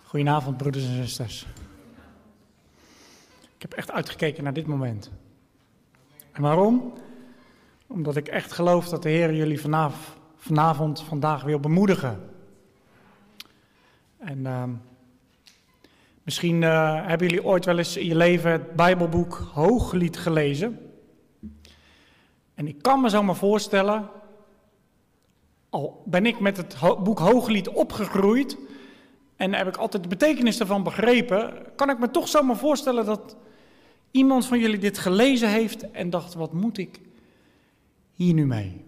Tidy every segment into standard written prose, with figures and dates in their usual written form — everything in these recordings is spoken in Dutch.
Goedenavond, broeders en zusters. Ik heb echt uitgekeken naar dit moment. En waarom? Omdat ik echt geloof dat de Heer jullie vandaag wil bemoedigen. En misschien hebben jullie ooit wel eens in je leven het Bijbelboek Hooglied gelezen. En ik kan me zo maar voorstellen, al ben ik met het boek Hooglied opgegroeid en heb ik altijd de betekenis ervan begrepen, kan ik me toch zo maar voorstellen dat iemand van jullie dit gelezen heeft en dacht, wat moet ik hier nu mee?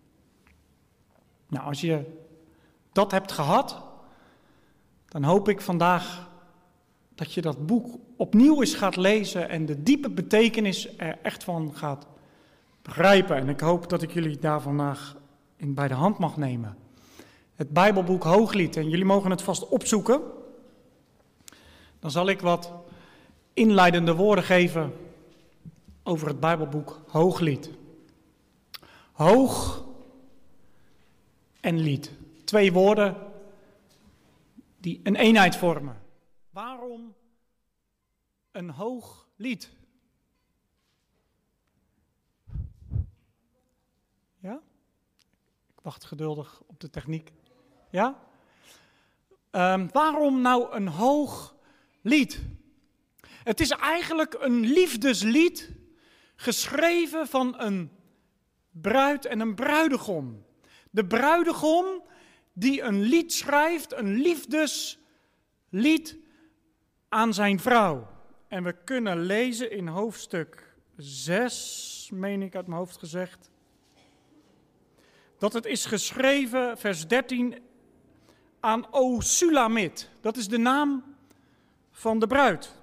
Nou, als je dat hebt gehad, dan hoop ik vandaag dat je dat boek opnieuw eens gaat lezen en de diepe betekenis er echt van gaat begrijpen. En ik hoop dat ik jullie daar vandaag bij de hand mag nemen. Het Bijbelboek Hooglied, en jullie mogen het vast opzoeken. Dan zal ik wat inleidende woorden geven over het Bijbelboek Hooglied. Hoog en lied. 2 woorden die een eenheid vormen. Waarom een hoog lied? Ja? Ik wacht geduldig op de techniek. Ja? Waarom nou een hoog lied? Het is eigenlijk een liefdeslied geschreven van een bruid en een bruidegom. De bruidegom die een lied schrijft, een liefdeslied aan zijn vrouw. En we kunnen lezen in hoofdstuk 6, meen ik uit mijn hoofd gezegd, dat het is geschreven, vers 13, aan O Sulamit. Dat is de naam van de bruid.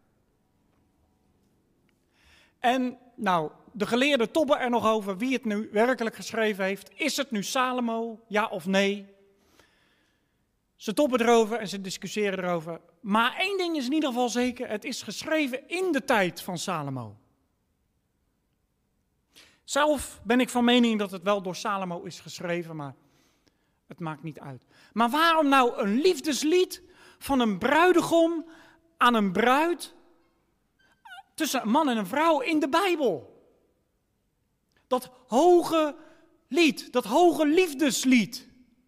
En nou, de geleerden tobben er nog over wie het nu werkelijk geschreven heeft. Is het nu Salomo, ja of nee? Ze tobben erover en ze discussiëren erover. Maar één ding is in ieder geval zeker, het is geschreven in de tijd van Salomo. Zelf ben ik van mening dat het wel door Salomo is geschreven, maar het maakt niet uit. Maar waarom nou een liefdeslied van een bruidegom aan een bruid, tussen een man en een vrouw in de Bijbel? Dat hoge lied, dat hoge liefdeslied.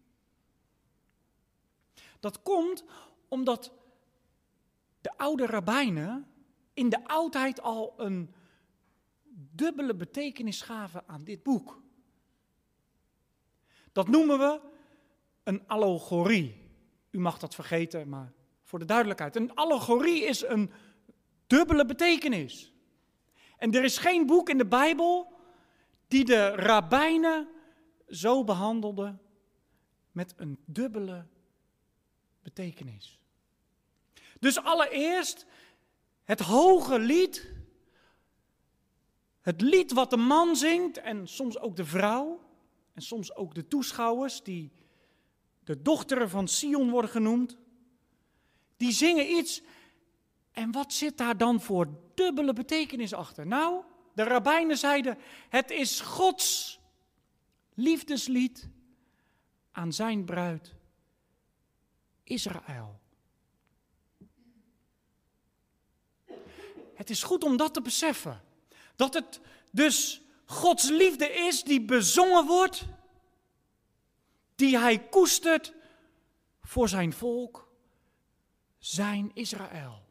Dat komt omdat de oude rabbijnen in de oudheid al een dubbele betekenis gaven aan dit boek. Dat noemen we een allegorie. U mag dat vergeten, maar voor de duidelijkheid. Een allegorie is een dubbele betekenis. En er is geen boek in de Bijbel die de rabbijnen zo behandelde met een dubbele betekenis. Dus allereerst het hoge lied. Het lied wat de man zingt en soms ook de vrouw en soms ook de toeschouwers die de dochteren van Sion worden genoemd. Die zingen iets en wat zit daar dan voor dubbele betekenis achter? Nou, de rabbijnen zeiden het is Gods liefdeslied aan zijn bruid Israël. Het is goed om dat te beseffen. Dat het dus Gods liefde is die bezongen wordt, die hij koestert voor zijn volk, zijn Israël.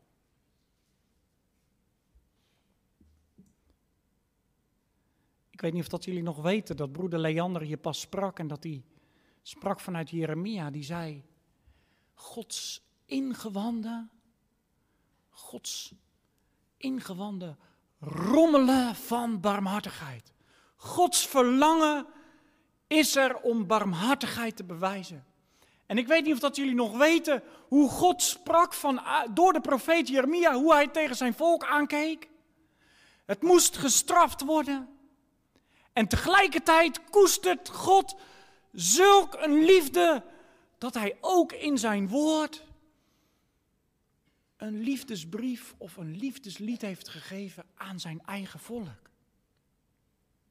Ik weet niet of dat jullie nog weten dat broeder Leander hier pas sprak en dat hij sprak vanuit Jeremia, die zei, Gods ingewanden rommelen van barmhartigheid. Gods verlangen is er om barmhartigheid te bewijzen. En ik weet niet of dat jullie nog weten hoe God sprak door de profeet Jeremia, hoe hij tegen zijn volk aankeek. Het moest gestraft worden. En tegelijkertijd koestert God zulk een liefde dat hij ook in zijn woord een liefdesbrief of een liefdeslied heeft gegeven aan zijn eigen volk.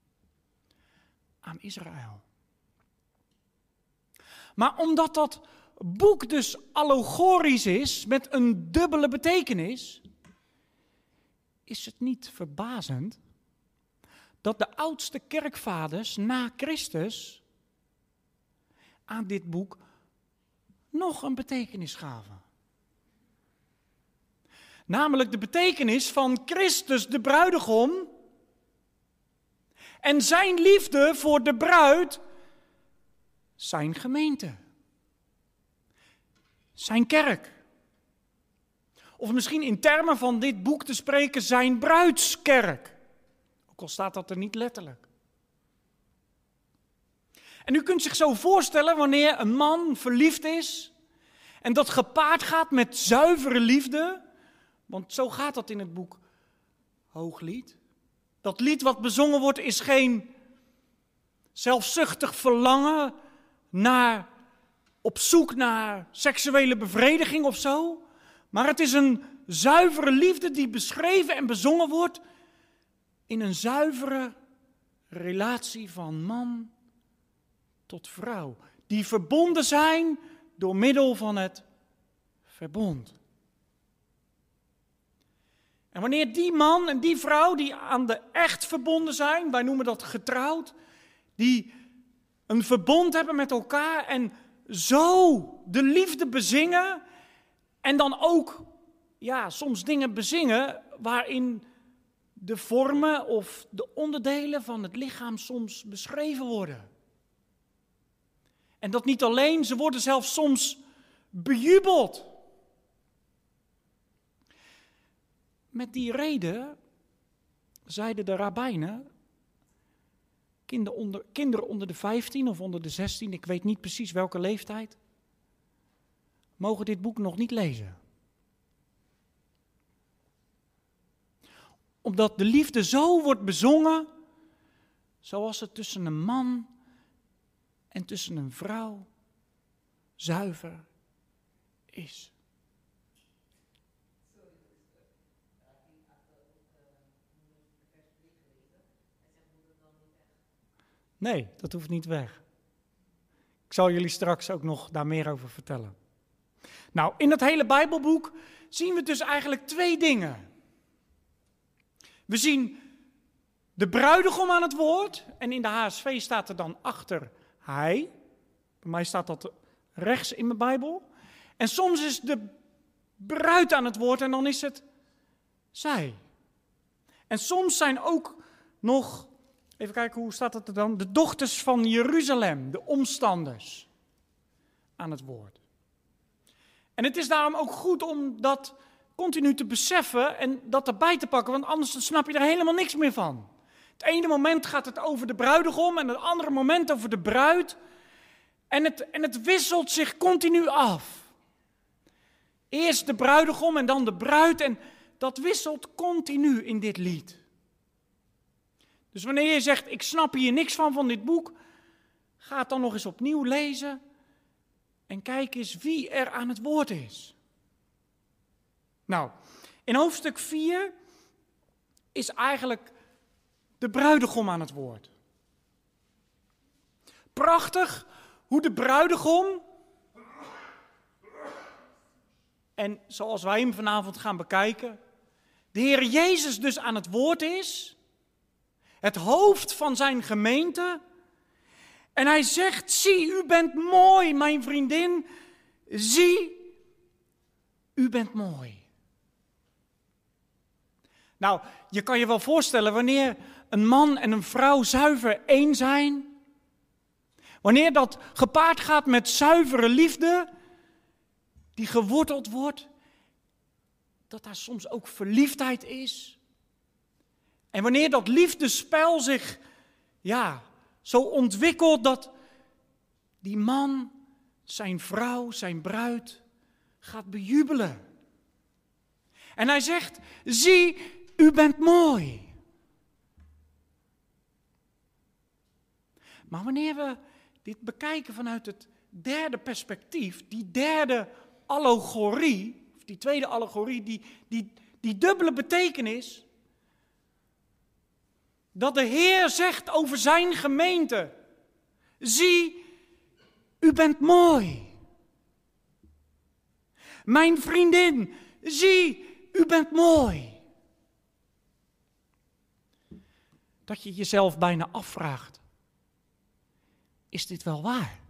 Aan Israël. Maar omdat dat boek dus allegorisch is, met een dubbele betekenis, is het niet verbazend dat de oudste kerkvaders na Christus aan dit boek nog een betekenis gaven. Namelijk de betekenis van Christus de bruidegom en zijn liefde voor de bruid, zijn gemeente, zijn kerk. Of misschien in termen van dit boek te spreken, zijn bruidskerk. Ook al staat dat er niet letterlijk. En u kunt zich zo voorstellen wanneer een man verliefd is en dat gepaard gaat met zuivere liefde, want zo gaat dat in het boek Hooglied. Dat lied wat bezongen wordt is geen zelfzuchtig verlangen op zoek naar seksuele bevrediging of zo, maar het is een zuivere liefde die beschreven en bezongen wordt in een zuivere relatie van man tot vrouw, die verbonden zijn door middel van het verbond. En wanneer die man en die vrouw die aan de echt verbonden zijn, wij noemen dat getrouwd, die een verbond hebben met elkaar en zo de liefde bezingen en dan ook soms dingen bezingen waarin de vormen of de onderdelen van het lichaam soms beschreven worden. En dat niet alleen, ze worden zelfs soms bejubeld. Met die reden zeiden de rabbijnen, kinderen onder de 15 of onder de 16, ik weet niet precies welke leeftijd, mogen dit boek nog niet lezen. Omdat de liefde zo wordt bezongen, zoals het tussen een man en tussen een vrouw zuiver is. Nee, dat hoeft niet weg. Ik zal jullie straks ook nog daar meer over vertellen. Nou, in het hele Bijbelboek zien we dus eigenlijk twee dingen. We zien de bruidegom aan het woord en in de HSV staat er dan achter hij. Bij mij staat dat rechts in mijn Bijbel. En soms is de bruid aan het woord en dan is het zij. En soms zijn ook nog, even kijken hoe staat het er dan, de dochters van Jeruzalem, de omstanders, aan het woord. En het is daarom ook goed om dat continu te beseffen en dat erbij te pakken, want anders snap je er helemaal niks meer van. Het ene moment gaat het over de bruidegom en het andere moment over de bruid. En het wisselt zich continu af. Eerst de bruidegom en dan de bruid en dat wisselt continu in dit lied. Dus wanneer je zegt, ik snap hier niks van dit boek, ga het dan nog eens opnieuw lezen en kijk eens wie er aan het woord is. Nou, in hoofdstuk 4 is eigenlijk de bruidegom aan het woord. Prachtig hoe de bruidegom, en zoals wij hem vanavond gaan bekijken, de Heer Jezus dus aan het woord is, het hoofd van zijn gemeente. En hij zegt, zie, u bent mooi, mijn vriendin, zie, u bent mooi. Nou, je kan je wel voorstellen, wanneer een man en een vrouw zuiver één zijn, wanneer dat gepaard gaat met zuivere liefde, die geworteld wordt, dat daar soms ook verliefdheid is. En wanneer dat liefdespel zich, zo ontwikkelt dat die man, zijn vrouw, zijn bruid gaat bejubelen. En hij zegt, zie, u bent mooi. Maar wanneer we dit bekijken vanuit het derde perspectief, die derde allegorie, of die tweede allegorie, die dubbele betekenis, dat de Heer zegt over zijn gemeente, zie, u bent mooi. mijn vriendin, zie, u bent mooi. Dat je jezelf bijna afvraagt, is dit wel waar?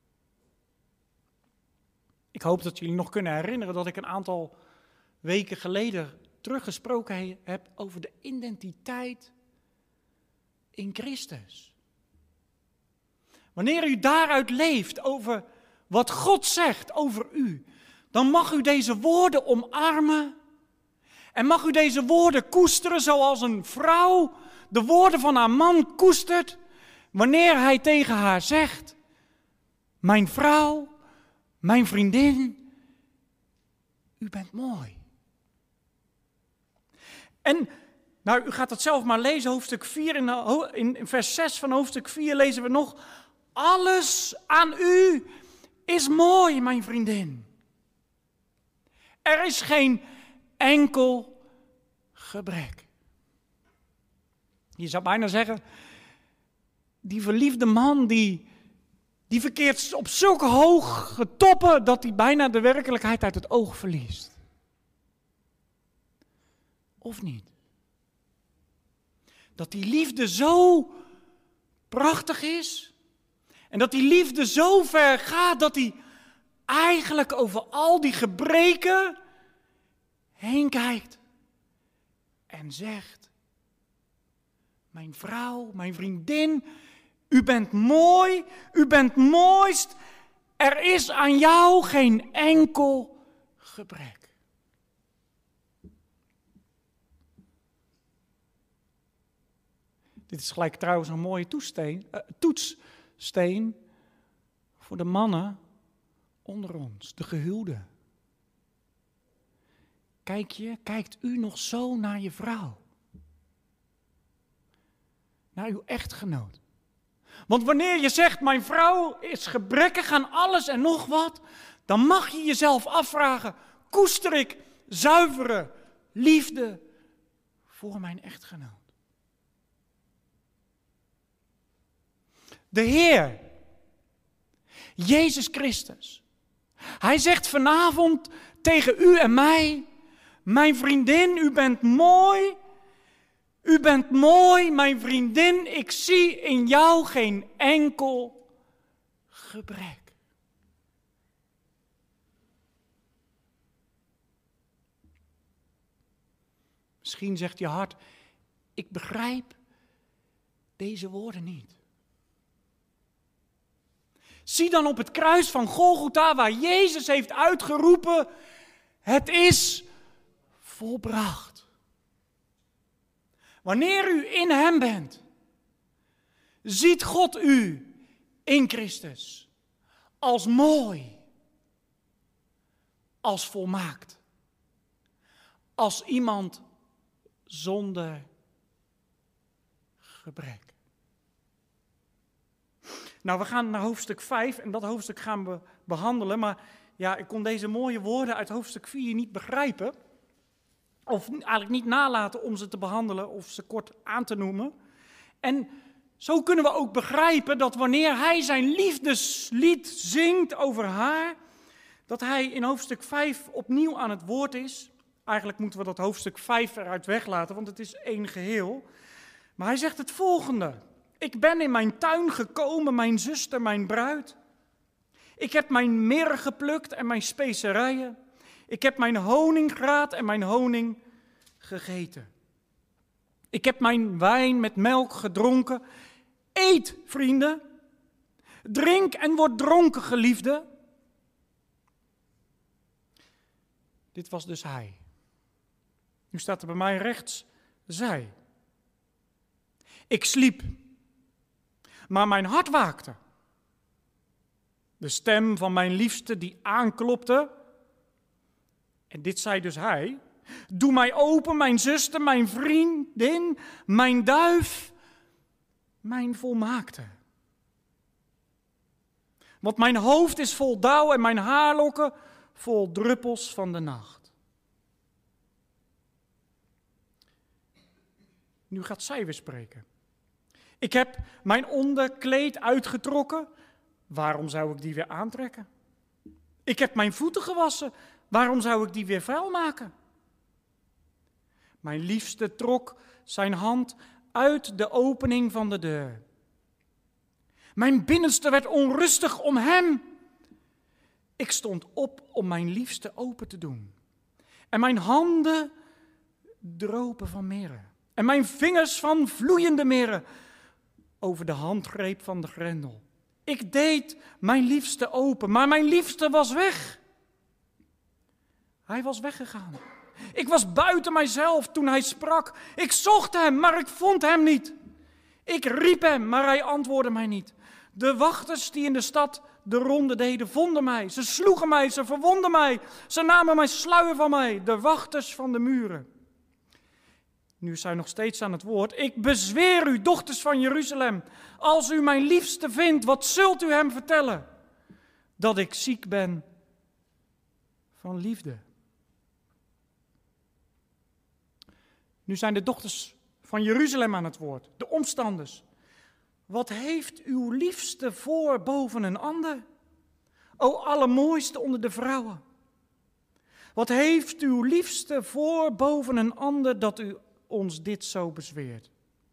Ik hoop dat jullie nog kunnen herinneren dat ik een aantal weken geleden teruggesproken heb over de identiteit in Christus. Wanneer u daaruit leeft over wat God zegt over u, dan mag u deze woorden omarmen en mag u deze woorden koesteren zoals een vrouw de woorden van haar man koestert wanneer hij tegen haar zegt, mijn vrouw, mijn vriendin, u bent mooi. En, nou, u gaat het zelf maar lezen, hoofdstuk 4, in vers 6 van hoofdstuk 4 lezen we nog, alles aan u is mooi, mijn vriendin. Er is geen enkel gebrek. Je zou bijna zeggen, die verliefde man die verkeert op zulke hoge toppen dat hij bijna de werkelijkheid uit het oog verliest. Of niet? Dat die liefde zo prachtig is en dat die liefde zo ver gaat dat hij eigenlijk over al die gebreken heen kijkt en zegt, mijn vrouw, mijn vriendin, u bent mooi, u bent mooist, er is aan jou geen enkel gebrek. Dit is gelijk trouwens een mooie toetssteen voor de mannen onder ons, de gehuwden. Kijkt u nog zo naar je vrouw? Naar uw echtgenoot? Want wanneer je zegt, mijn vrouw is gebrekkig aan alles en nog wat, dan mag je jezelf afvragen, koester ik zuivere liefde voor mijn echtgenoot? De Heer, Jezus Christus, hij zegt vanavond tegen u en mij, mijn vriendin, u bent mooi. U bent mooi, mijn vriendin, ik zie in jou geen enkel gebrek. Misschien zegt je hart, ik begrijp deze woorden niet. Zie dan op het kruis van Golgotha waar Jezus heeft uitgeroepen, het is volbracht. Wanneer u in hem bent, ziet God u in Christus als mooi, als volmaakt, als iemand zonder gebrek. Nou, we gaan naar hoofdstuk 5 en dat hoofdstuk gaan we behandelen, maar ja, ik kon deze mooie woorden uit hoofdstuk 4 niet begrijpen. Of eigenlijk niet nalaten om ze te behandelen of ze kort aan te noemen. En zo kunnen we ook begrijpen dat wanneer hij zijn liefdeslied zingt over haar, dat hij in hoofdstuk 5 opnieuw aan het woord is. Eigenlijk moeten we dat hoofdstuk 5 eruit weglaten, want het is één geheel. Maar hij zegt het volgende. Ik ben in mijn tuin gekomen, mijn zuster, mijn bruid. Ik heb mijn mirre geplukt en mijn specerijen. Ik heb mijn honingraad en mijn honing gegeten. Ik heb mijn wijn met melk gedronken. Eet, vrienden. Drink en word dronken, geliefden. Dit was dus hij. Nu staat er bij mij rechts, zij. Ik sliep, maar mijn hart waakte. De stem van mijn liefste die aanklopte. En dit zei dus hij. Doe mij open, mijn zuster, mijn vriendin, mijn duif, mijn volmaakte. Want mijn hoofd is vol dauw en mijn haarlokken vol druppels van de nacht. Nu gaat zij weer spreken. Ik heb mijn onderkleed uitgetrokken. Waarom zou ik die weer aantrekken? Ik heb mijn voeten gewassen. Waarom zou ik die weer vuil maken? Mijn liefste trok zijn hand uit de opening van de deur. Mijn binnenste werd onrustig om hem. Ik stond op om mijn liefste open te doen. En mijn handen dropen van mirre. En mijn vingers van vloeiende mirre over de handgreep van de grendel. Ik deed mijn liefste open, maar mijn liefste was weg. Hij was weggegaan. Ik was buiten mijzelf toen hij sprak. Ik zocht hem, maar ik vond hem niet. Ik riep hem, maar hij antwoordde mij niet. De wachters die in de stad de ronde deden, vonden mij. Ze sloegen mij, ze verwonden mij. Ze namen mijn sluier van mij, de wachters van de muren. Nu is hij nog steeds aan het woord. Ik bezweer u, dochters van Jeruzalem, als u mijn liefste vindt, wat zult u hem vertellen? Dat ik ziek ben van liefde. Nu zijn de dochters van Jeruzalem aan het woord, de omstanders. Wat heeft uw liefste voor boven een ander? O allermooiste onder de vrouwen. Wat heeft uw liefste voor boven een ander dat u ons dit zo bezweert?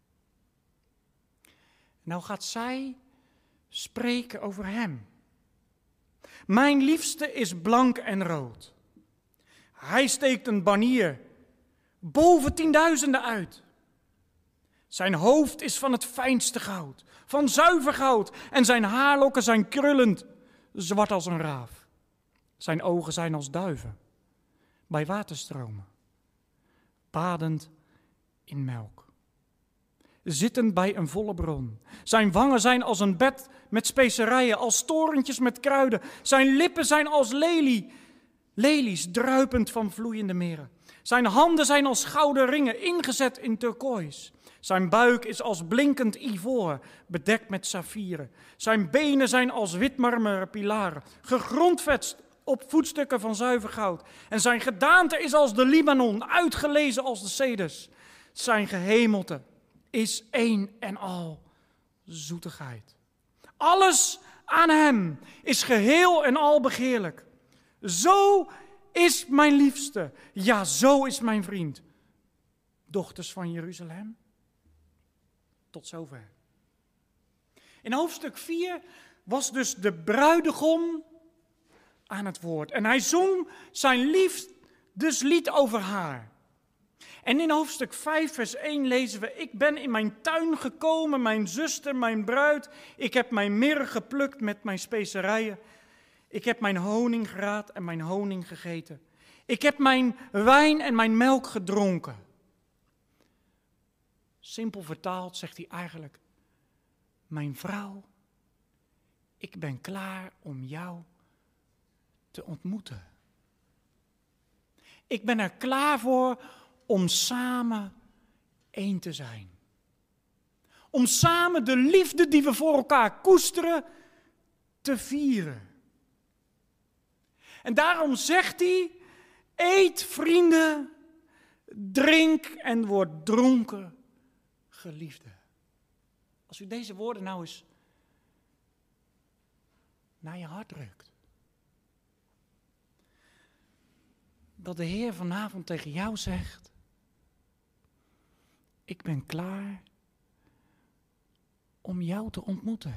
Nou gaat zij spreken over hem. Mijn liefste is blank en rood. Hij steekt een banier boven tienduizenden uit. Zijn hoofd is van het fijnste goud, van zuiver goud, en zijn haarlokken zijn krullend, zwart als een raaf. Zijn ogen zijn als duiven, bij waterstromen, badend in melk. Zittend bij een volle bron. Zijn wangen zijn als een bed met specerijen, als torentjes met kruiden. Zijn lippen zijn als lelies druipend van vloeiende meren. Zijn handen zijn als gouden ringen, ingezet in turkoois. Zijn buik is als blinkend ivoor, bedekt met saffieren. Zijn benen zijn als witmarmeren pilaren, gegrondvetst op voetstukken van zuiver goud. En zijn gedaante is als de Libanon, uitgelezen als de ceders. Zijn gehemelte is één en al zoetigheid. Alles aan hem is geheel en al begeerlijk. Zo is mijn liefste, ja, zo is mijn vriend. Dochters van Jeruzalem. Tot zover. In hoofdstuk 4 was dus de bruidegom aan het woord. En hij zong zijn liefdeslied over haar. En in hoofdstuk 5 vers 1 lezen we: Ik ben in mijn tuin gekomen, mijn zuster, mijn bruid. Ik heb mijn mirre geplukt met mijn specerijen. Ik heb mijn honing geraadt en mijn honing gegeten. Ik heb mijn wijn en mijn melk gedronken. Simpel vertaald zegt hij eigenlijk: Mijn vrouw, ik ben klaar om jou te ontmoeten. Ik ben er klaar voor om samen één te zijn. Om samen de liefde die we voor elkaar koesteren te vieren. En daarom zegt hij: Eet, vrienden, drink en word dronken, geliefde. Als u deze woorden nou eens naar je hart drukt. Dat de Heer vanavond tegen jou zegt: Ik ben klaar om jou te ontmoeten.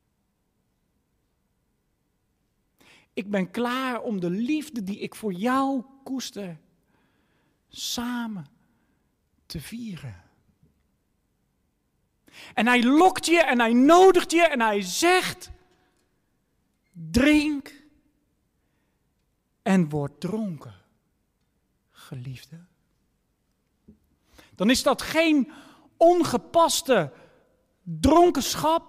Ik ben klaar om de liefde die ik voor jou koester samen te vieren. En hij lokt je en hij nodigt je en hij zegt: Drink en word dronken, geliefde. Dan is dat geen ongepaste dronkenschap,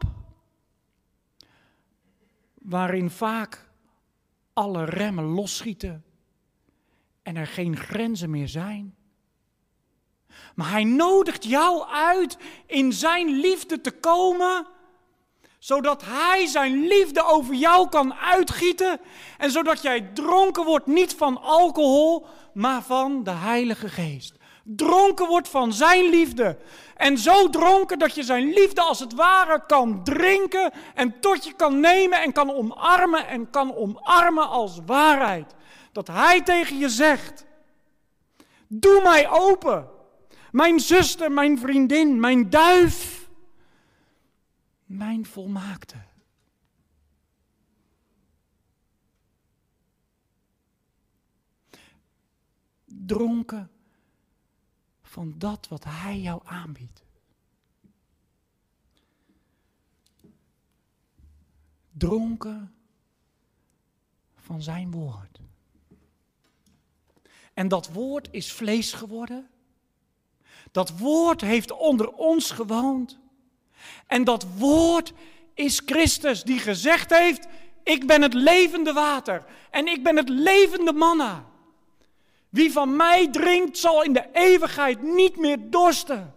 waarin vaak alle remmen losschieten en er geen grenzen meer zijn. Maar hij nodigt jou uit in zijn liefde te komen, zodat hij zijn liefde over jou kan uitgieten en zodat jij dronken wordt niet van alcohol, maar van de Heilige Geest. Dronken wordt van zijn liefde. En zo dronken dat je zijn liefde als het ware kan drinken en tot je kan nemen en kan omarmen als waarheid. dat hij tegen je zegt: doe mij open. Mijn zuster, mijn vriendin, mijn duif. Mijn volmaakte. Dronken van dat wat hij jou aanbiedt. Dronken van zijn woord. En dat woord is vlees geworden. Dat woord heeft onder ons gewoond. En dat woord is Christus die gezegd heeft: ik ben het levende water en ik ben het levende manna. Wie van mij drinkt zal in de eeuwigheid niet meer dorsten.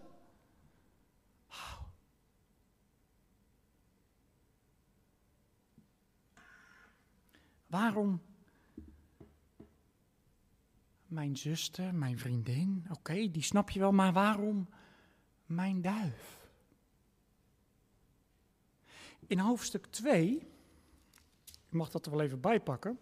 Waarom? Mijn zuster, mijn vriendin, oké, die snap je wel, maar waarom mijn duif? In hoofdstuk 2, u mag dat er wel even bij pakken,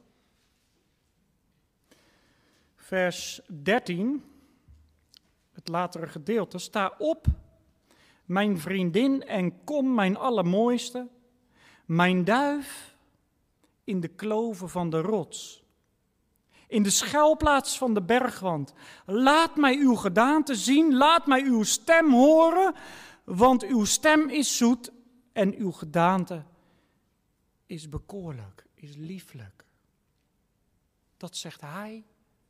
vers 13, het latere gedeelte, sta op, mijn vriendin, en kom, mijn allermooiste, mijn duif in de kloven van de rots, in de schuilplaats van de bergwand. Laat mij uw gedaante zien, laat mij uw stem horen, want uw stem is zoet en uw gedaante is bekoorlijk, is lieflijk. Dat zegt hij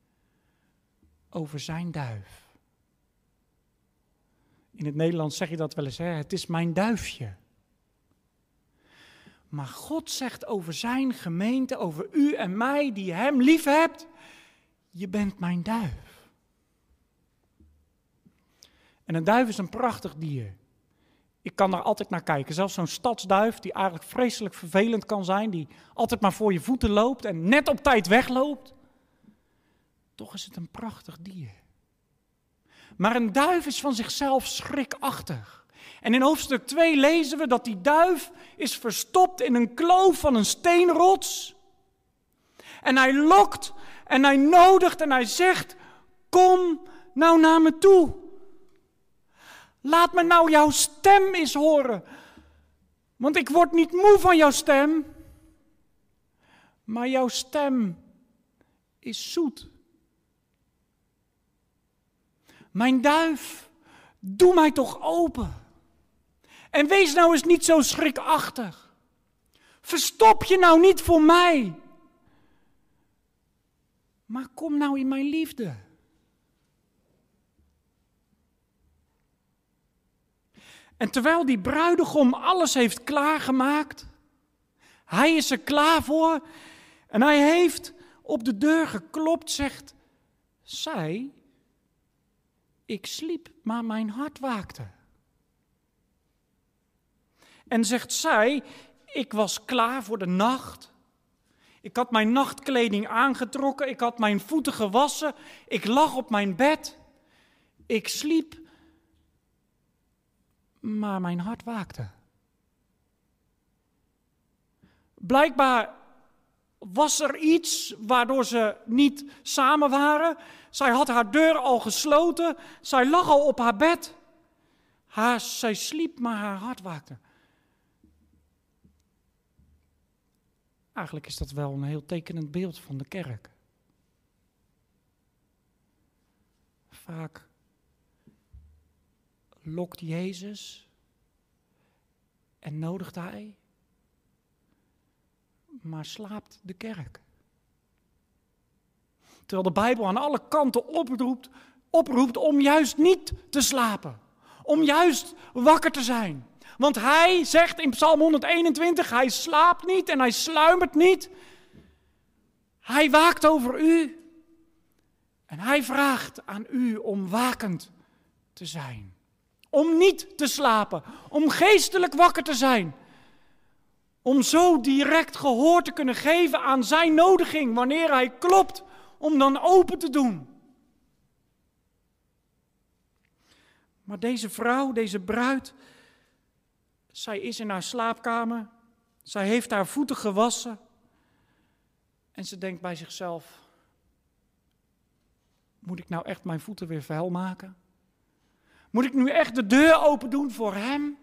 over zijn duif. In het Nederlands zeg je dat wel eens, hè? Het is mijn duifje. Maar God zegt over zijn gemeente, over u en mij die hem lief hebt: je bent mijn duif. En een duif is een prachtig dier. Ik kan daar altijd naar kijken. Zelfs zo'n stadsduif die eigenlijk vreselijk vervelend kan zijn, die altijd maar voor je voeten loopt en net op tijd wegloopt. Toch is het een prachtig dier. Maar een duif is van zichzelf schrikachtig. En in hoofdstuk 2 lezen we dat die duif is verstopt in een kloof van een steenrots. En hij lokt en hij nodigt en hij zegt: kom nou naar me toe. Laat me nou jouw stem eens horen. Want ik word niet moe van jouw stem. Maar jouw stem is zoet. Mijn duif, doe mij toch open. En wees nou eens niet zo schrikachtig. Verstop je nou niet voor mij. Maar kom nou in mijn liefde. En terwijl die bruidegom alles heeft klaargemaakt, hij is er klaar voor en hij heeft op de deur geklopt, zegt zij: ik sliep, maar mijn hart waakte. En zegt zij: ik was klaar voor de nacht. Ik had mijn nachtkleding aangetrokken, ik had mijn voeten gewassen, ik lag op mijn bed. Ik sliep, maar mijn hart waakte. Blijkbaar was er iets waardoor ze niet samen waren. Zij had haar deur al gesloten, zij lag al op haar bed. Zij sliep, maar haar hart waakte. Eigenlijk is dat wel een heel tekenend beeld van de kerk. Vaak lokt Jezus en nodigt hij, maar slaapt de kerk. Terwijl de Bijbel aan alle kanten oproept om juist niet te slapen. Om juist wakker te zijn. Want hij zegt in Psalm 121, hij slaapt niet en hij sluimert niet. Hij waakt over u. En hij vraagt aan u om wakend te zijn. Om niet te slapen. Om geestelijk wakker te zijn. Om zo direct gehoor te kunnen geven aan zijn nodiging wanneer hij klopt. Om dan open te doen. Maar deze vrouw, deze bruid, zij is in haar slaapkamer. Zij heeft haar voeten gewassen. En ze denkt bij zichzelf: Moet ik nou echt mijn voeten weer vuil maken? Moet ik nu echt de deur open doen voor hem?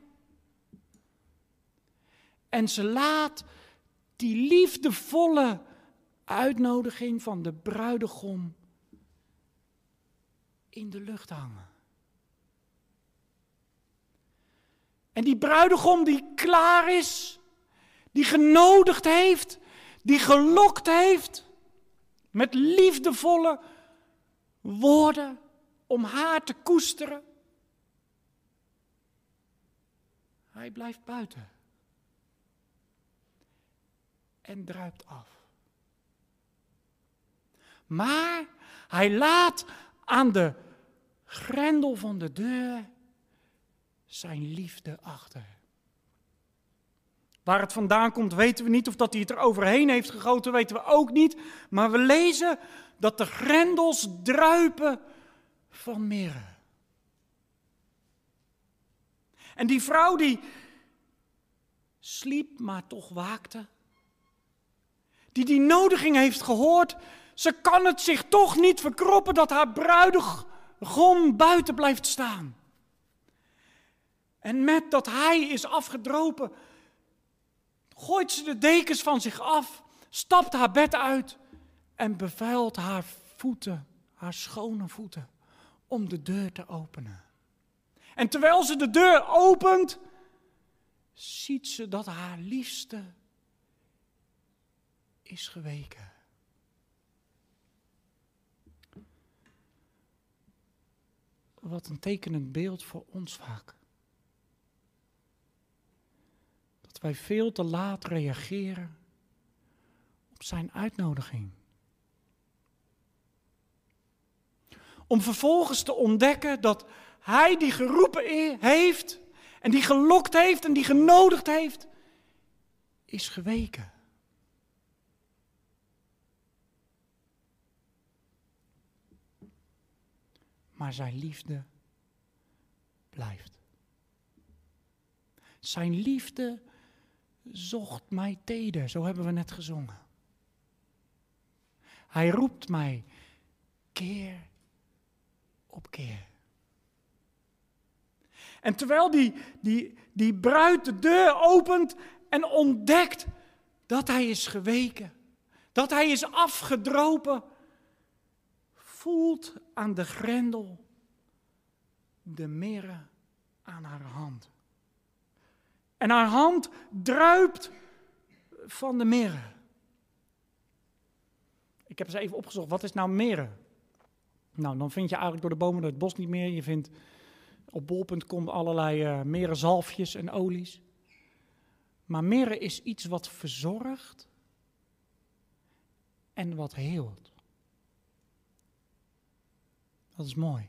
En ze laat die liefdevolle uitnodiging van de bruidegom in de lucht hangen. En die bruidegom die klaar is, die genodigd heeft, die gelokt heeft met liefdevolle woorden om haar te koesteren. Hij blijft buiten en druipt af. Maar hij laat aan de grendel van de deur zijn liefde achter. Waar het vandaan komt weten we niet, of dat hij het er overheen heeft gegoten weten we ook niet. Maar we lezen dat de grendels druipen van mirre. En die vrouw die sliep, maar toch waakte. Die nodiging heeft gehoord. Ze kan het zich toch niet verkroppen dat haar bruidegom buiten blijft staan. En met dat hij is afgedropen, gooit ze de dekens van zich af, stapt haar bed uit en bevuilt haar voeten, haar schone voeten, om de deur te openen. En terwijl ze de deur opent, ziet ze dat haar liefste is geweken. Wat een tekenend beeld voor ons vaak. Dat wij veel te laat reageren op zijn uitnodiging. Om vervolgens te ontdekken dat hij die geroepen heeft en die gelokt heeft en die genodigd heeft, is geweken. Maar zijn liefde blijft. Zijn liefde zocht mij teder, zo hebben we net gezongen. Hij roept mij keer op keer. En terwijl die bruid de deur opent en ontdekt dat hij is geweken, dat hij is afgedropen, voelt aan de grendel de mirre aan haar hand. En haar hand druipt van de mirre. Ik heb eens even opgezocht, wat is nou mirre? Nou, dan vind je eigenlijk door de bomen door het bos niet meer. Je vindt op bol.com allerlei mirrezalfjes en olies. Maar mirre is iets wat verzorgt en wat heelt. Dat is mooi.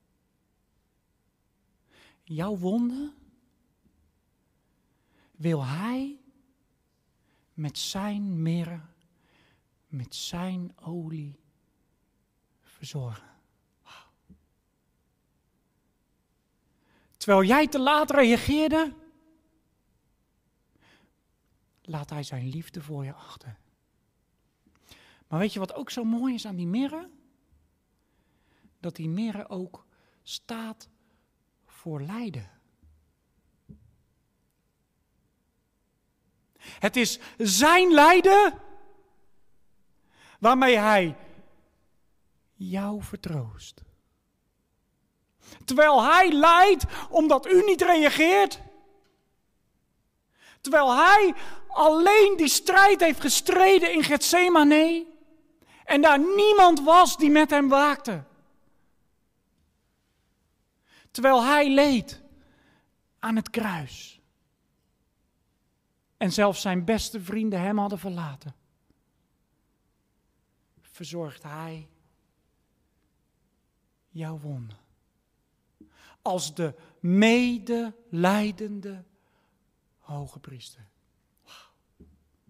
Jouw wonden wil hij met zijn mirre, met zijn olie verzorgen. Wow. Terwijl jij te laat reageerde, laat hij zijn liefde voor je achter. Maar weet je wat ook zo mooi is aan die mirre? Dat die mirre ook staat voor lijden. Het is zijn lijden waarmee hij jou vertroost. Terwijl hij lijdt omdat u niet reageert. Terwijl hij alleen die strijd heeft gestreden in Getsemane en daar niemand was die met hem waakte. Terwijl hij leed aan het kruis. En zelfs zijn beste vrienden hem hadden verlaten. Verzorgt hij jouw wonden. Als de medelijdende hoge priester. Wow.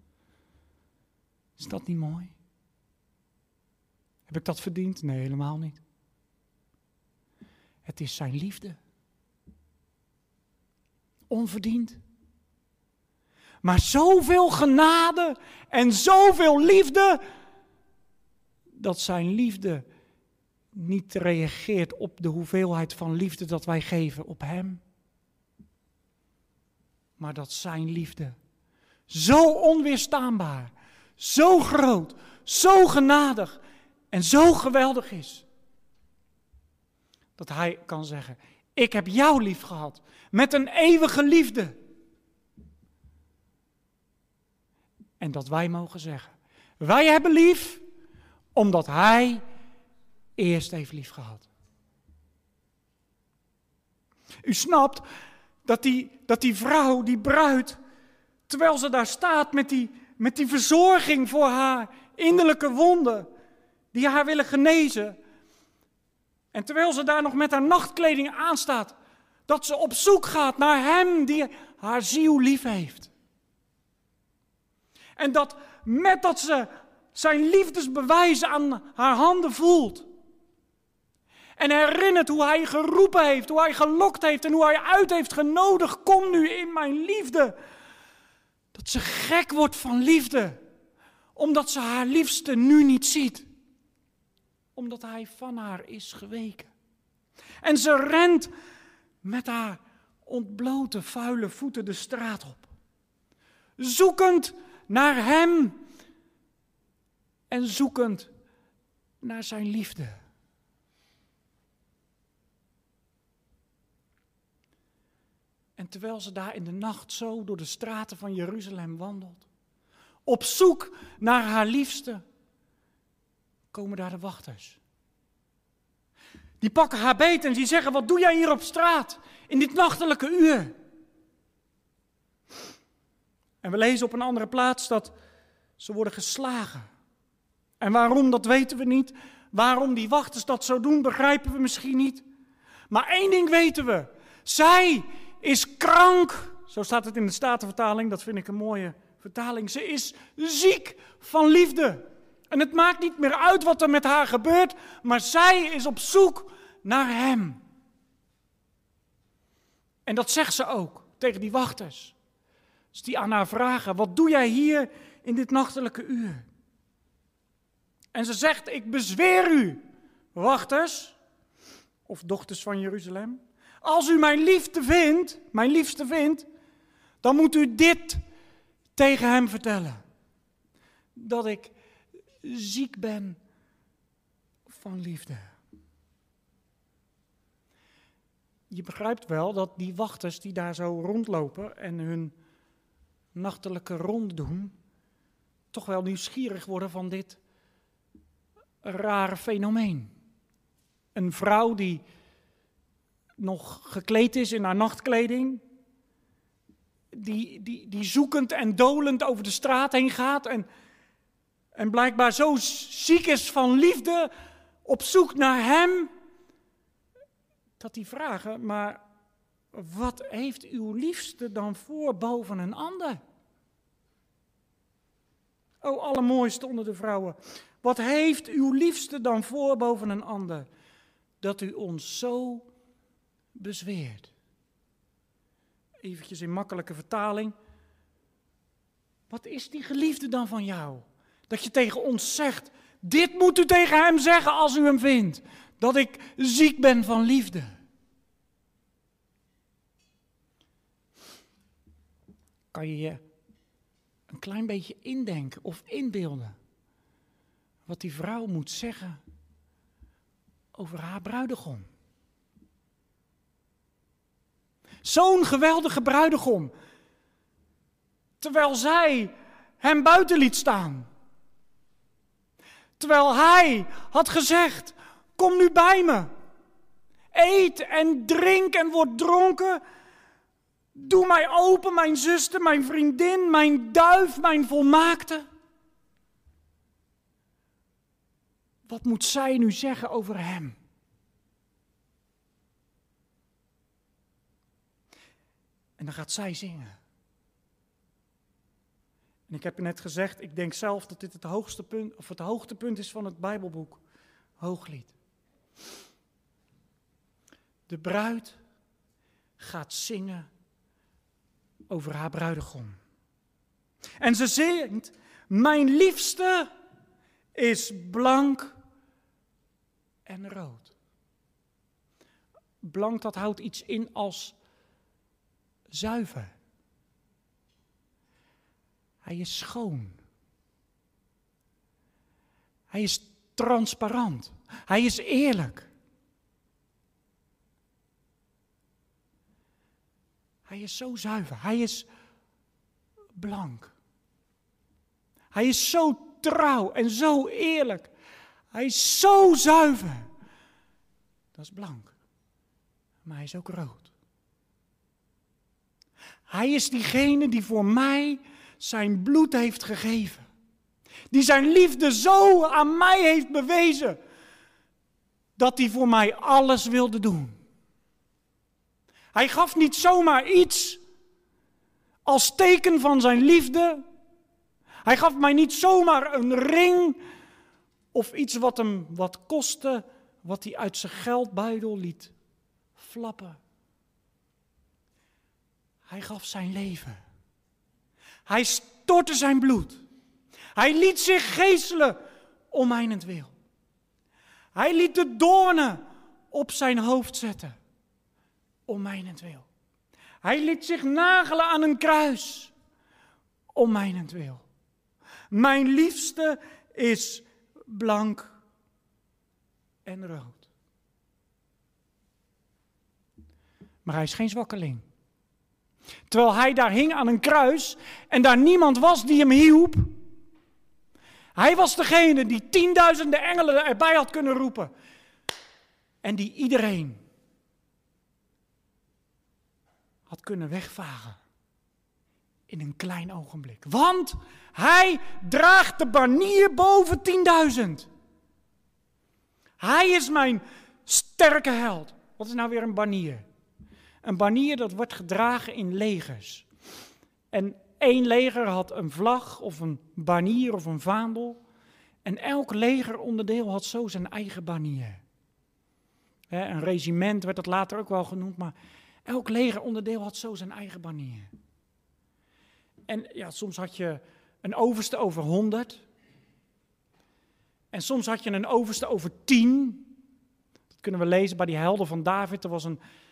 Is dat niet mooi? Heb ik dat verdiend? Nee, helemaal niet. Het is zijn liefde. Onverdiend. Maar zoveel genade en zoveel liefde, dat zijn liefde niet reageert op de hoeveelheid van liefde dat wij geven op hem. Maar dat zijn liefde zo onweerstaanbaar, zo groot, zo genadig en zo geweldig is. Dat hij kan zeggen, ik heb jou lief gehad met een eeuwige liefde. En dat wij mogen zeggen, wij hebben lief omdat hij eerst heeft lief gehad. U snapt dat die vrouw, die bruid, terwijl ze daar staat met die verzorging voor haar innerlijke wonden, die haar willen genezen. En terwijl ze daar nog met haar nachtkleding aanstaat, dat ze op zoek gaat naar hem die haar ziel lief heeft. En dat met dat ze zijn liefdesbewijs aan haar handen voelt. En herinnert hoe hij geroepen heeft, hoe hij gelokt heeft en hoe hij uit heeft genodigd. Kom nu in mijn liefde. Dat ze gek wordt van liefde. Omdat ze haar liefste nu niet ziet. Omdat hij van haar is geweken. En ze rent met haar ontblote vuile voeten de straat op. Zoekend naar hem. En zoekend naar zijn liefde. En terwijl ze daar in de nacht zo door de straten van Jeruzalem wandelt, op zoek naar haar liefste, komen daar de wachters. Die pakken haar beet en die zeggen, wat doe jij hier op straat in dit nachtelijke uur? En we lezen op een andere plaats dat ze worden geslagen. En waarom, dat weten we niet. Waarom die wachters dat zo doen, begrijpen we misschien niet. Maar één ding weten we. Zij is krank. Zo staat het in de Statenvertaling, dat vind ik een mooie vertaling. Ze is ziek van liefde. En het maakt niet meer uit wat er met haar gebeurt, maar zij is op zoek naar hem. En dat zegt ze ook tegen die wachters. Als die aan haar vragen, wat doe jij hier in dit nachtelijke uur? En ze zegt, ik bezweer u, wachters, of dochters van Jeruzalem. Als u mijn liefste vindt, dan moet u dit tegen hem vertellen. Dat ik ziek ben van liefde. Je begrijpt wel dat die wachters die daar zo rondlopen en hun nachtelijke ronde doen, toch wel nieuwsgierig worden van dit rare fenomeen. Een vrouw die nog gekleed is in haar nachtkleding, die zoekend en dolend over de straat heen gaat en blijkbaar zo ziek is van liefde, op zoek naar hem, dat die vragen, maar wat heeft uw liefste dan voor boven een ander? O, allermooiste onder de vrouwen, wat heeft uw liefste dan voor boven een ander, dat u ons zo bezweert? Eventjes in makkelijke vertaling. Wat is die geliefde dan van jou? Dat je tegen ons zegt, dit moet u tegen hem zeggen als u hem vindt. Dat ik ziek ben van liefde. Kan je je een klein beetje indenken of inbeelden wat die vrouw moet zeggen over haar bruidegom? Zo'n geweldige bruidegom. Terwijl zij hem buiten liet staan. Terwijl hij had gezegd, kom nu bij me. Eet en drink en word dronken. Doe mij open, mijn zuster, mijn vriendin, mijn duif, mijn volmaakte. Wat moet zij nu zeggen over hem? En dan gaat zij zingen. En ik heb net gezegd, ik denk zelf dat dit het hoogtepunt is van het Bijbelboek Hooglied. De bruid gaat zingen over haar bruidegom. En ze zingt, mijn liefste is blank en rood. Blank, dat houdt iets in als zuiver. Hij is schoon. Hij is transparant. Hij is eerlijk. Hij is zo zuiver. Hij is blank. Hij is zo trouw en zo eerlijk. Hij is zo zuiver. Dat is blank. Maar hij is ook rood. Hij is diegene die voor mij zijn bloed heeft gegeven. Die zijn liefde zo aan mij heeft bewezen. Dat hij voor mij alles wilde doen. Hij gaf niet zomaar iets als teken van zijn liefde. Hij gaf mij niet zomaar een ring of iets wat hem wat kostte, wat hij uit zijn geldbuidel liet flappen. Hij gaf zijn leven. Hij stortte zijn bloed. Hij liet zich geeselen om mijnentwil. Hij liet de doornen op zijn hoofd zetten om mijnentwil. Hij liet zich nagelen aan een kruis om mijnentwil. Mijn liefste is blank en rood. Maar hij is geen zwakkeling. Terwijl hij daar hing aan een kruis en daar niemand was die hem hielp. Hij was degene die 10.000 engelen erbij had kunnen roepen. En die iedereen had kunnen wegvagen. In een klein ogenblik. Want hij draagt de banier boven 10.000. Hij is mijn sterke held. Wat is nou weer een banier? Een banier dat wordt gedragen in legers. En één leger had een vlag of een banier of een vaandel. En elk legeronderdeel had zo zijn eigen banier. Een regiment werd dat later ook wel genoemd, maar elk legeronderdeel had zo zijn eigen banier. En ja, soms had je een overste over 100. En soms had je een overste over 10. Dat kunnen we lezen bij die helden van David. Er was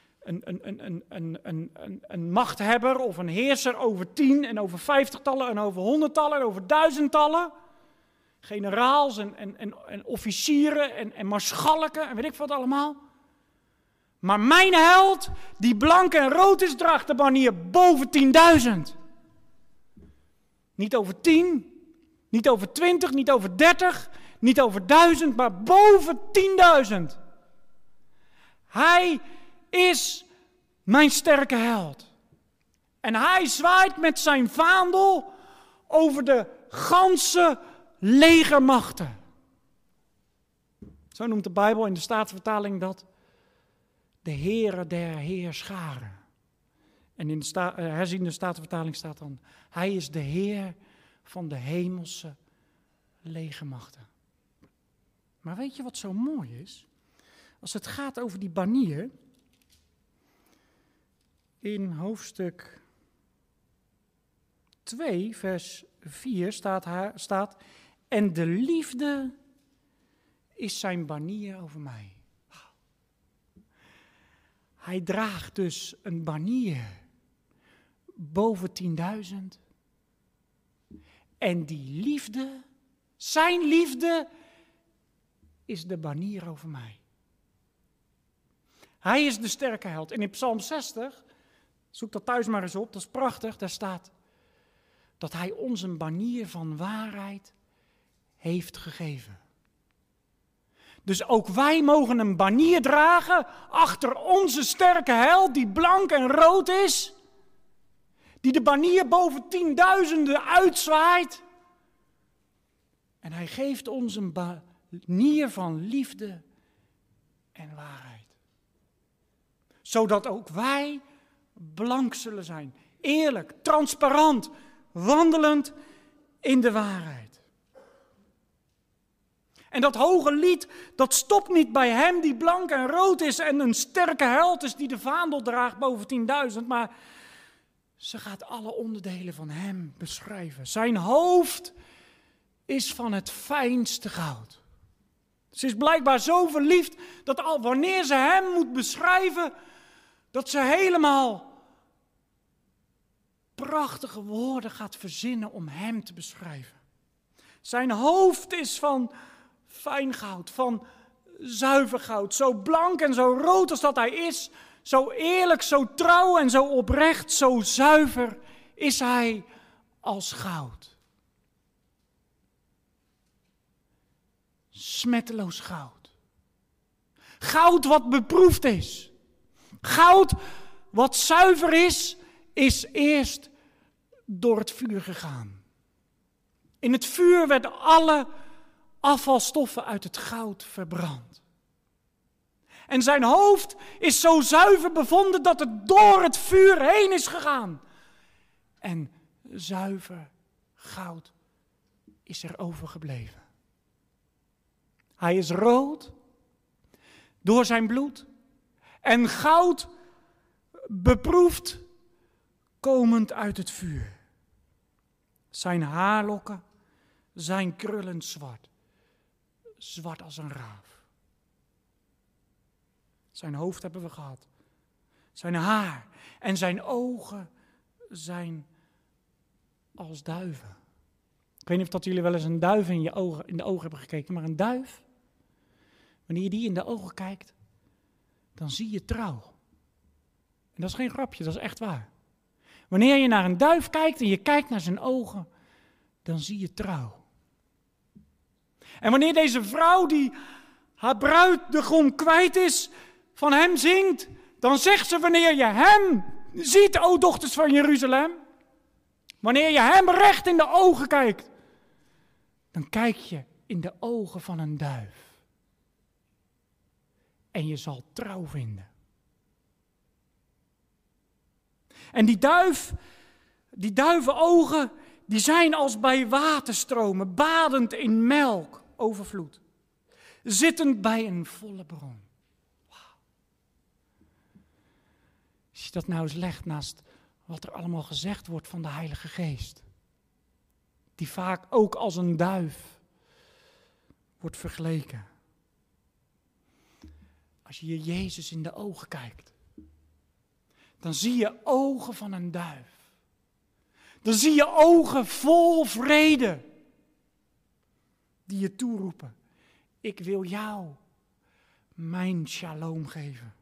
een machthebber of een heerser over 10 en over 50-tallen en over 100-tallen en over 1000-tallen. Generaals en officieren en maarschalken en weet ik wat allemaal. Maar mijn held, die blank en rood is, draagt de banier boven 10.000. Niet over 10, niet over 20, niet over 30, niet over 1000, maar boven 10.000. Hij is mijn sterke held. En hij zwaait met zijn vaandel over de ganse legermachten. Zo noemt de Bijbel in de Statenvertaling dat de Heere der Heerscharen. En in de herziende Statenvertaling staat dan: Hij is de Heer van de hemelse legermachten. Maar weet je wat zo mooi is? Als het gaat over die banier, in hoofdstuk 2, vers 4 staat: En de liefde is zijn banier over mij. Hij draagt dus een banier boven 10.000. En die liefde, zijn liefde, is de banier over mij. Hij is de sterke held. En in Psalm 60, zoek dat thuis maar eens op, dat is prachtig, daar staat dat hij ons een banier van waarheid heeft gegeven. Dus ook wij mogen een banier dragen achter onze sterke held die blank en rood is. Die de banier boven 10.000 uitzwaait. En hij geeft ons een banier van liefde en waarheid. Zodat ook wij blank zullen zijn. Eerlijk, transparant, wandelend in de waarheid. En dat hoge lied, dat stopt niet bij hem die blank en rood is en een sterke held is die de vaandel draagt boven 10.000. Maar ze gaat alle onderdelen van hem beschrijven. Zijn hoofd is van het fijnste goud. Ze is blijkbaar zo verliefd dat al wanneer ze hem moet beschrijven, dat ze helemaal prachtige woorden gaat verzinnen om hem te beschrijven. Zijn hoofd is van fijn goud, van zuiver goud, zo blank en zo rood als dat hij is, zo eerlijk, zo trouw en zo oprecht, zo zuiver is hij als goud. Smetteloos goud. Goud wat beproefd is. Goud wat zuiver is eerst door het vuur gegaan. In het vuur werden alle afvalstoffen uit het goud verbrand. En zijn hoofd is zo zuiver bevonden dat het door het vuur heen is gegaan. En zuiver goud is er overgebleven. Hij is rood door zijn bloed en goud beproefd komend uit het vuur. Zijn haarlokken zijn krullend zwart, zwart als een raaf. Zijn hoofd hebben we gehad, zijn haar en zijn ogen zijn als duiven. Ik weet niet of dat jullie wel eens een duif in de ogen hebben gekeken, maar een duif, wanneer je die in de ogen kijkt, dan zie je trouw. En dat is geen grapje, dat is echt waar. Wanneer je naar een duif kijkt en je kijkt naar zijn ogen, dan zie je trouw. En wanneer deze vrouw die haar bruidegom kwijt is, van hem zingt, dan zegt ze wanneer je hem ziet, o dochters van Jeruzalem, wanneer je hem recht in de ogen kijkt, dan kijk je in de ogen van een duif. En je zal trouw vinden. En die duivenogen, die zijn als bij waterstromen, badend in melk, overvloed. Zittend bij een volle bron. Wauw. Als je dat nou eens legt naast wat er allemaal gezegd wordt van de Heilige Geest. Die vaak ook als een duif wordt vergeleken. Als je Jezus in de ogen kijkt, dan zie je ogen van een duif. Dan zie je ogen vol vrede, die je toeroepen. Ik wil jou mijn shalom geven.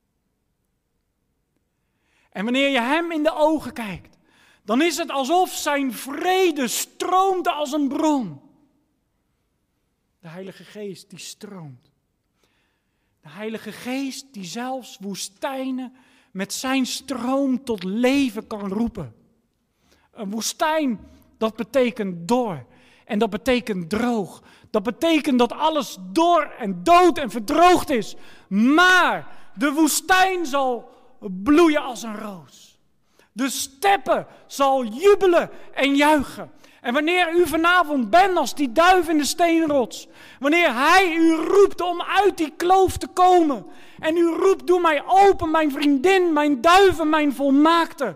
En wanneer je hem in de ogen kijkt, dan is het alsof zijn vrede stroomt als een bron. De Heilige Geest die stroomt. De Heilige Geest die zelfs woestijnen met zijn stroom tot leven kan roepen. Een woestijn, dat betekent dor. En dat betekent droog. Dat betekent dat alles dor en dood en verdroogd is. Maar de woestijn zal bloeien als een roos. De steppen zal jubelen en juichen. En wanneer u vanavond bent als die duif in de steenrots, wanneer hij u roept om uit die kloof te komen, en u roept, doe mij open, mijn vriendin, mijn duiven, mijn volmaakte.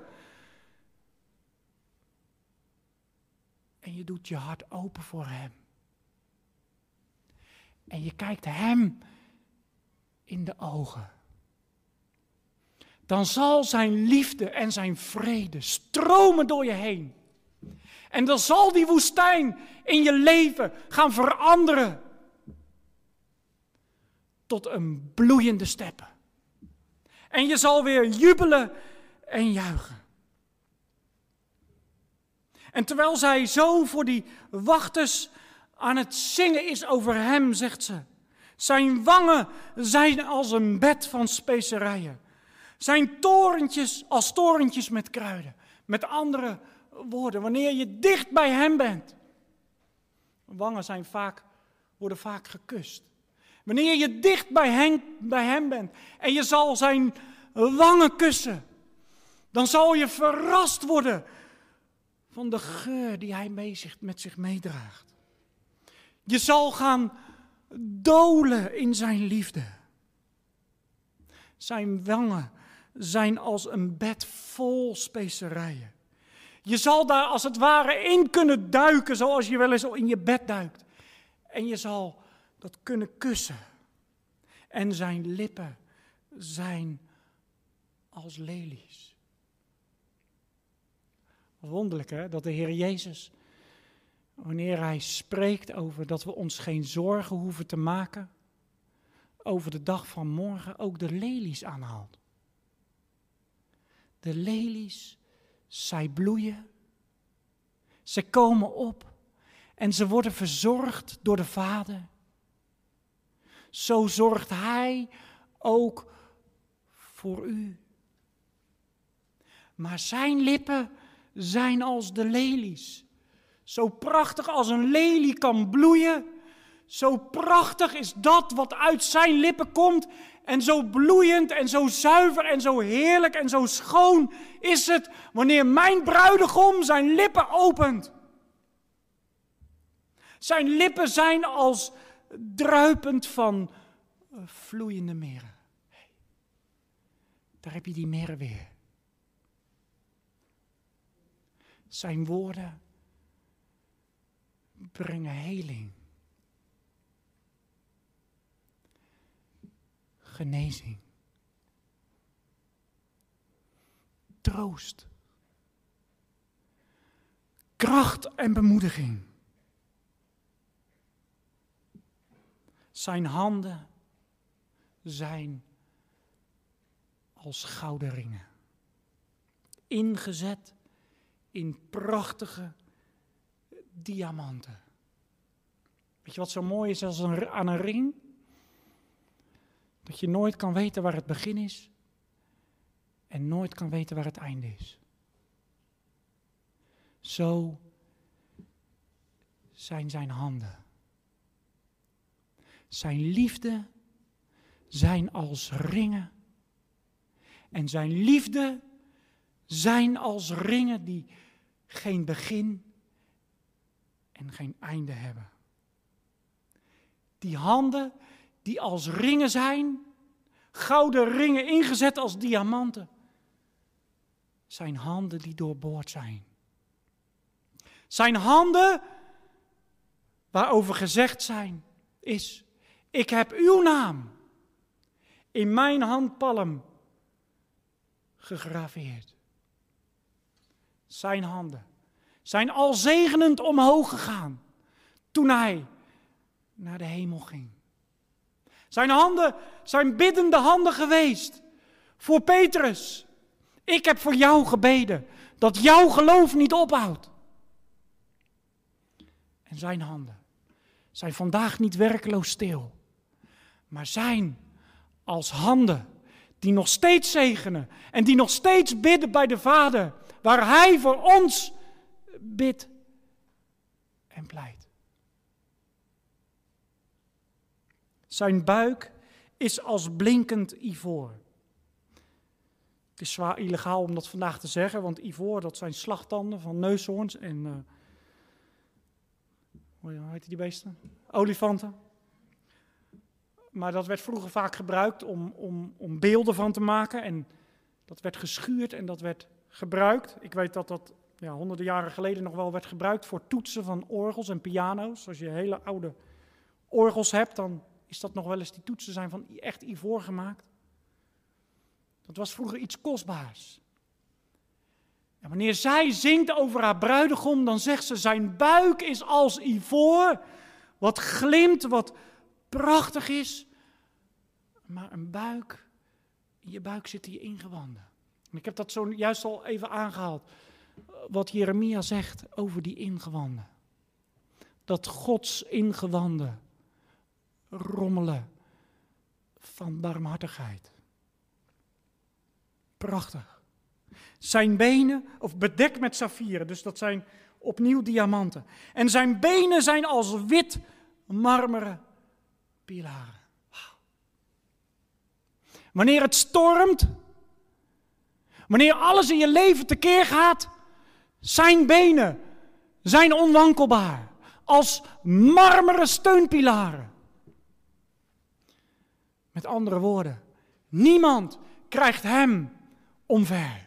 En je doet je hart open voor hem. En je kijkt hem in de ogen. Dan zal zijn liefde en zijn vrede stromen door je heen. En dan zal die woestijn in je leven gaan veranderen tot een bloeiende steppe. En je zal weer jubelen en juichen. En terwijl zij zo voor die wachters aan het zingen is over hem, zegt ze: zijn wangen zijn als een bed van specerijen. Zijn torentjes als torentjes met kruiden. Met andere woorden, wanneer je dicht bij hem bent. Wangen worden vaak gekust. Wanneer je dicht bij hem bent en je zal zijn wangen kussen, dan zal je verrast worden van de geur die hij met zich meedraagt. Je zal gaan dolen in zijn liefde. Zijn wangen zijn als een bed vol specerijen. Je zal daar als het ware in kunnen duiken, zoals je wel eens in je bed duikt. En je zal dat kunnen kussen. En zijn lippen zijn als lelies. Wonderlijk hè, dat de Heer Jezus, wanneer hij spreekt over dat we ons geen zorgen hoeven te maken, over de dag van morgen ook de lelies aanhaalt. De lelies, zij bloeien, ze komen op en ze worden verzorgd door de Vader. Zo zorgt Hij ook voor u. Maar zijn lippen zijn als de lelies. Zo prachtig als een lelie kan bloeien, zo prachtig is dat wat uit zijn lippen komt. En zo bloeiend en zo zuiver en zo heerlijk en zo schoon is het wanneer mijn bruidegom zijn lippen opent. Zijn lippen zijn als druipend van vloeiende meren. Hey, daar heb je die meren weer. Zijn woorden brengen heling. Genezing. Troost. Kracht en bemoediging. Zijn handen zijn als gouden ringen. Ingezet in prachtige diamanten. Weet je wat zo mooi is aan een ring? Dat je nooit kan weten waar het begin is en nooit kan weten waar het einde is. Zo zijn zijn handen. Zijn liefde zijn als ringen. En zijn liefde zijn als ringen die geen begin en geen einde hebben. Die handen die als ringen zijn, gouden ringen ingezet als diamanten, zijn handen die doorboord zijn. Zijn handen waarover gezegd is, ik heb uw naam in mijn handpalm gegraveerd. Zijn handen zijn al zegenend omhoog gegaan toen hij naar de hemel ging. Zijn handen zijn biddende handen geweest voor Petrus. Ik heb voor jou gebeden dat jouw geloof niet ophoudt. En zijn handen zijn vandaag niet werkeloos stil, maar zijn als handen die nog steeds zegenen en die nog steeds bidden bij de Vader, waar Hij voor ons bidt en pleit. Zijn buik is als blinkend ivoor. Het is zwaar illegaal om dat vandaag te zeggen, want ivoor, dat zijn slagtanden van neushoorns en hoe heet die beesten? Olifanten. Maar dat werd vroeger vaak gebruikt om beelden van te maken. En dat werd geschuurd en dat werd gebruikt. Ik weet dat dat honderden jaren geleden nog wel werd gebruikt voor toetsen van orgels en piano's. Als je hele oude orgels hebt, dan is dat nog wel eens, die toetsen zijn van echt ivoor gemaakt. Dat was vroeger iets kostbaars. En wanneer zij zingt over haar bruidegom, dan zegt ze, zijn buik is als ivoor, wat glimt, wat prachtig is. Maar een buik, in je buik zitten je ingewanden. En ik heb dat zojuist al even aangehaald, wat Jeremia zegt over die ingewanden. Dat Gods ingewanden rommelen van barmhartigheid. Prachtig. Zijn benen, of bedekt met saffieren, dus dat zijn opnieuw diamanten. En zijn benen zijn als wit marmeren pilaren. Wauw. Wanneer het stormt, wanneer alles in je leven tekeer gaat, zijn benen zijn onwankelbaar, als marmeren steunpilaren. Met andere woorden, niemand krijgt hem omver.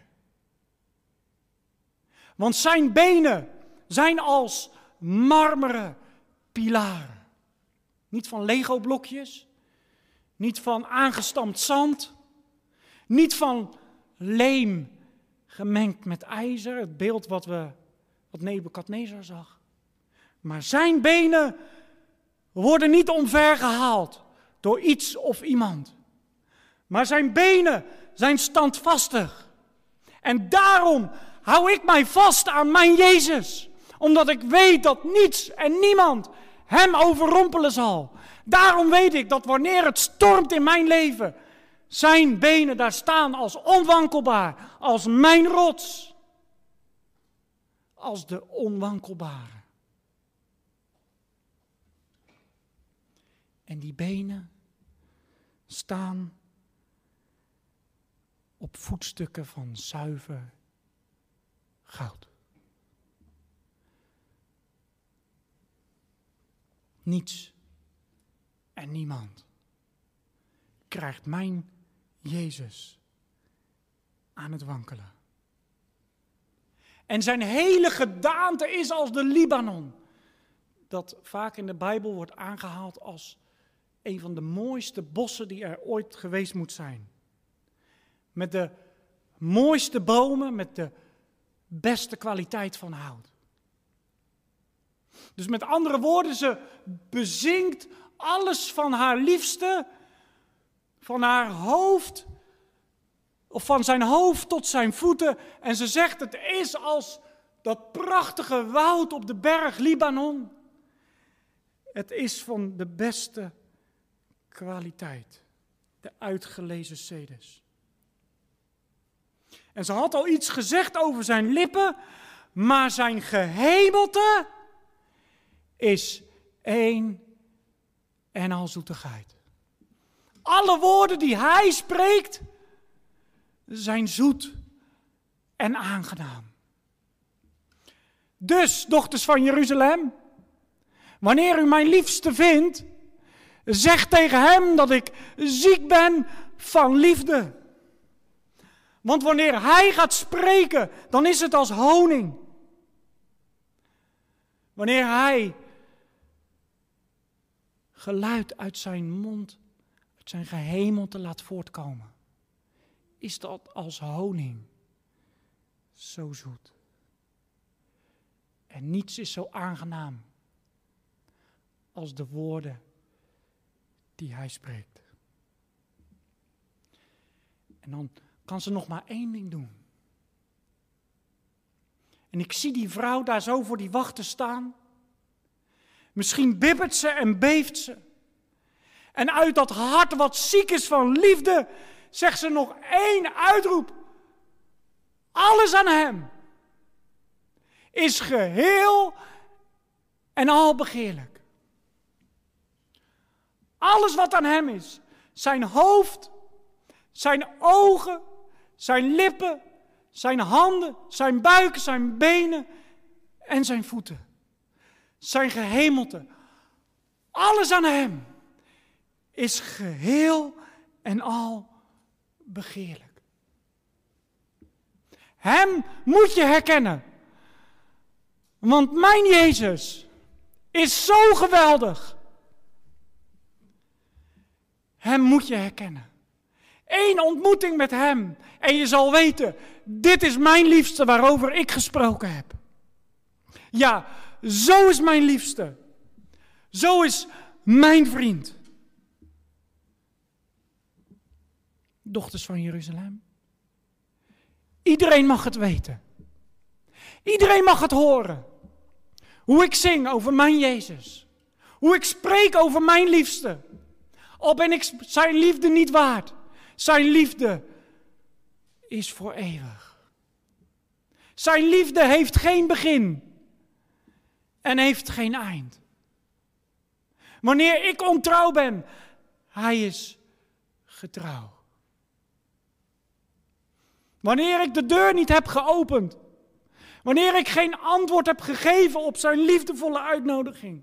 Want zijn benen zijn als marmeren pilaren. Niet van Lego-blokjes. Niet van aangestampt zand. Niet van leem gemengd met ijzer. Het beeld wat Nebukadnezar zag. Maar zijn benen worden niet omvergehaald door iets of iemand. Maar zijn benen zijn standvastig. En daarom hou ik mij vast aan mijn Jezus. Omdat ik weet dat niets en niemand hem overrompelen zal. Daarom weet ik dat wanneer het stormt in mijn leven, zijn benen daar staan als onwankelbaar, als mijn rots. Als de onwankelbare. En die benen staan op voetstukken van zuiver goud. Niets en niemand krijgt mijn Jezus aan het wankelen. En zijn hele gedaante is als de Libanon, dat vaak in de Bijbel wordt aangehaald als een van de mooiste bossen die er ooit geweest moet zijn. Met de mooiste bomen, met de beste kwaliteit van hout. Dus met andere woorden, ze bezinkt alles van haar liefste, van haar hoofd, of van zijn hoofd tot zijn voeten. En ze zegt, het is als dat prachtige woud op de berg Libanon. Het is van de beste kwaliteit, de uitgelezen ceders. En ze had al iets gezegd over zijn lippen, maar zijn gehemelte is één en al zoetigheid. Alle woorden die hij spreekt zijn zoet en aangenaam. Dus, dochters van Jeruzalem, wanneer u mijn liefste vindt, zeg tegen hem dat ik ziek ben van liefde. Want wanneer hij gaat spreken, dan is het als honing. Wanneer hij geluid uit zijn mond, uit zijn gehemelte laat voortkomen, is dat als honing. Zo zoet. En niets is zo aangenaam als de woorden die hij spreekt. En dan kan ze nog maar één ding doen. En ik zie die vrouw daar zo voor die wachten staan. Misschien bibbert ze en beeft ze. En uit dat hart wat ziek is van liefde, zegt ze nog één uitroep. Alles aan hem is geheel en al begeerlijk. Alles wat aan hem is, zijn hoofd, zijn ogen, zijn lippen, zijn handen, zijn buik, zijn benen en zijn voeten. Zijn gehemelte. Alles aan hem is geheel en al begeerlijk. Hem moet je herkennen. Want mijn Jezus is zo geweldig. Hem moet je herkennen. Eén ontmoeting met hem en je zal weten, dit is mijn liefste waarover ik gesproken heb. Ja, zo is mijn liefste. Zo is mijn vriend. Dochters van Jeruzalem. Iedereen mag het weten. Iedereen mag het horen. Hoe ik zing over mijn Jezus. Hoe ik spreek over mijn liefste. Al ben ik zijn liefde niet waard. Zijn liefde is voor eeuwig. Zijn liefde heeft geen begin. En heeft geen eind. Wanneer ik ontrouw ben, hij is getrouw. Wanneer ik de deur niet heb geopend. Wanneer ik geen antwoord heb gegeven op zijn liefdevolle uitnodiging.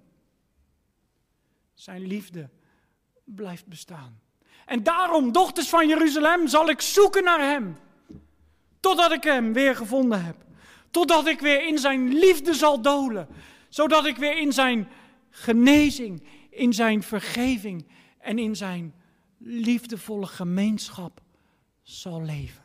Zijn liefde blijft bestaan. En daarom, dochters van Jeruzalem, zal ik zoeken naar hem. Totdat ik hem weer gevonden heb. Totdat ik weer in zijn liefde zal dolen. Zodat ik weer in zijn genezing, in zijn vergeving en in zijn liefdevolle gemeenschap zal leven.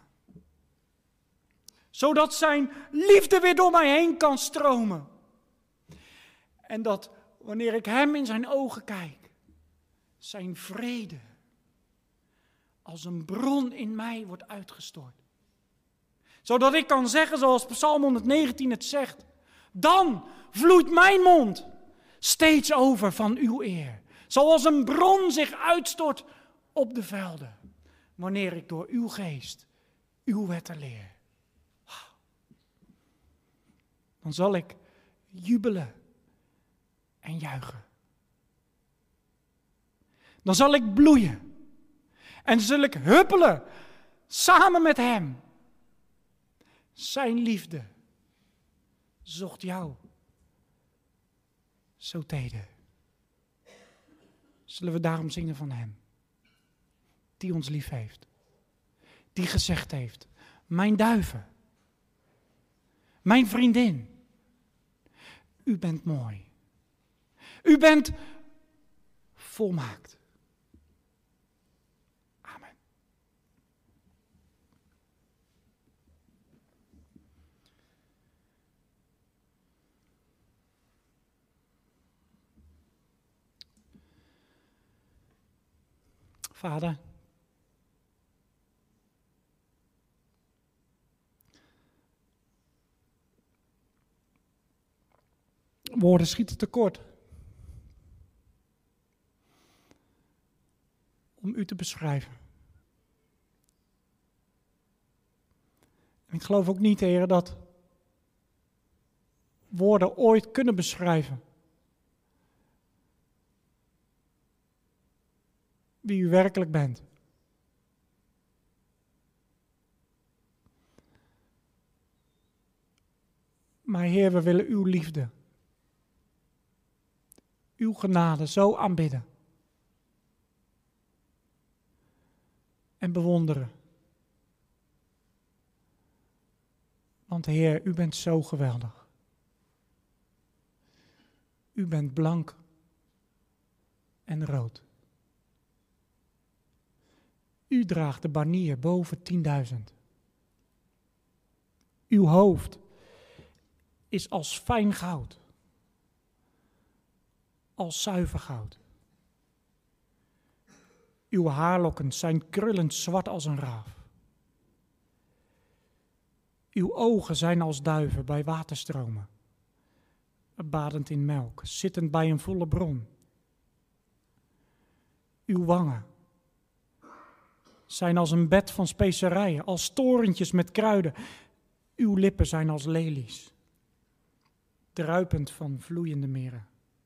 Zodat zijn liefde weer door mij heen kan stromen. En dat wanneer ik hem in zijn ogen kijk, zijn vrede als een bron in mij wordt uitgestort. Zodat ik kan zeggen, zoals Psalm 119 het zegt, dan vloeit mijn mond steeds over van uw eer. Zoals een bron zich uitstort op de velden, wanneer ik door uw geest uw wetten leer. Dan zal ik jubelen en juichen. Dan zal ik bloeien en zal ik huppelen samen met hem. Zijn liefde zocht jou zo teder. Zullen we daarom zingen van hem, die ons lief heeft, die gezegd heeft, mijn duiven, mijn vriendin, u bent mooi, u bent volmaakt. Amen. Vader, woorden schieten tekort om u te beschrijven. En ik geloof ook niet, Heer, dat woorden ooit kunnen beschrijven wie u werkelijk bent. Maar Heer, we willen uw liefde, uw genade zo aanbidden en bewonderen. Want Heer, u bent zo geweldig. U bent blank en rood. U draagt de banier boven 10.000. Uw hoofd is als fijn goud, als zuiver goud. Uw haarlokken zijn krullend zwart als een raaf. Uw ogen zijn als duiven bij waterstromen, badend in melk, zittend bij een volle bron. Uw wangen zijn als een bed van specerijen, als torentjes met kruiden. Uw lippen zijn als lelies, druipend van vloeiende meren.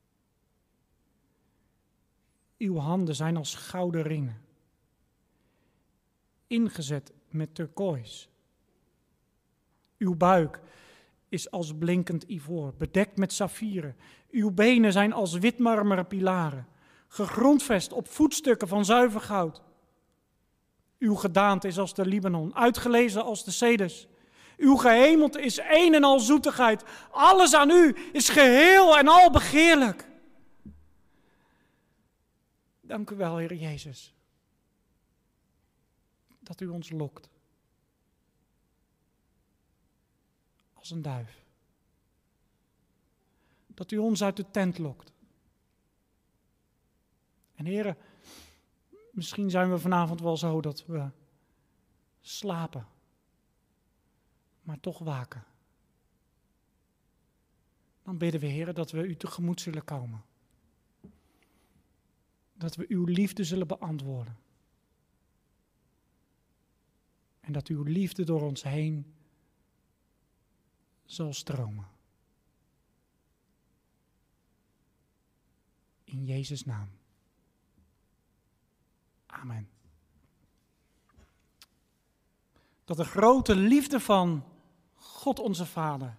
Uw handen zijn als gouden ringen, ingezet met turkoois. Uw buik is als blinkend ivoor, bedekt met saffieren. Uw benen zijn als witmarmeren pilaren, gegrondvest op voetstukken van zuiver goud. Uw gedaante is als de Libanon, uitgelezen als de ceders. Uw gehemelte is één en al zoetigheid. Alles aan u is geheel en al begeerlijk. Dank u wel, Heer Jezus, dat u ons lokt als een duif. Dat u ons uit de tent lokt. En Heer, misschien zijn we vanavond wel zo dat we slapen, maar toch waken. Dan bidden we, Heer, dat we u tegemoet zullen komen. Dat we uw liefde zullen beantwoorden. En dat uw liefde door ons heen zal stromen. In Jezus' naam. Amen. Dat de grote liefde van God onze Vader,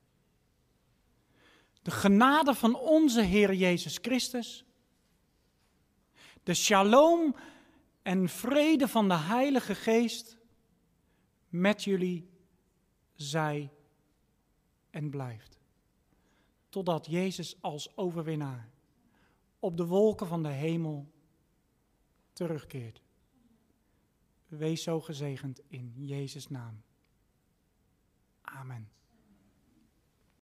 de genade van onze Heer Jezus Christus, de shalom en vrede van de Heilige Geest met jullie zij en blijft. Totdat Jezus als overwinnaar op de wolken van de hemel terugkeert. Wees zo gezegend in Jezus' naam. Amen.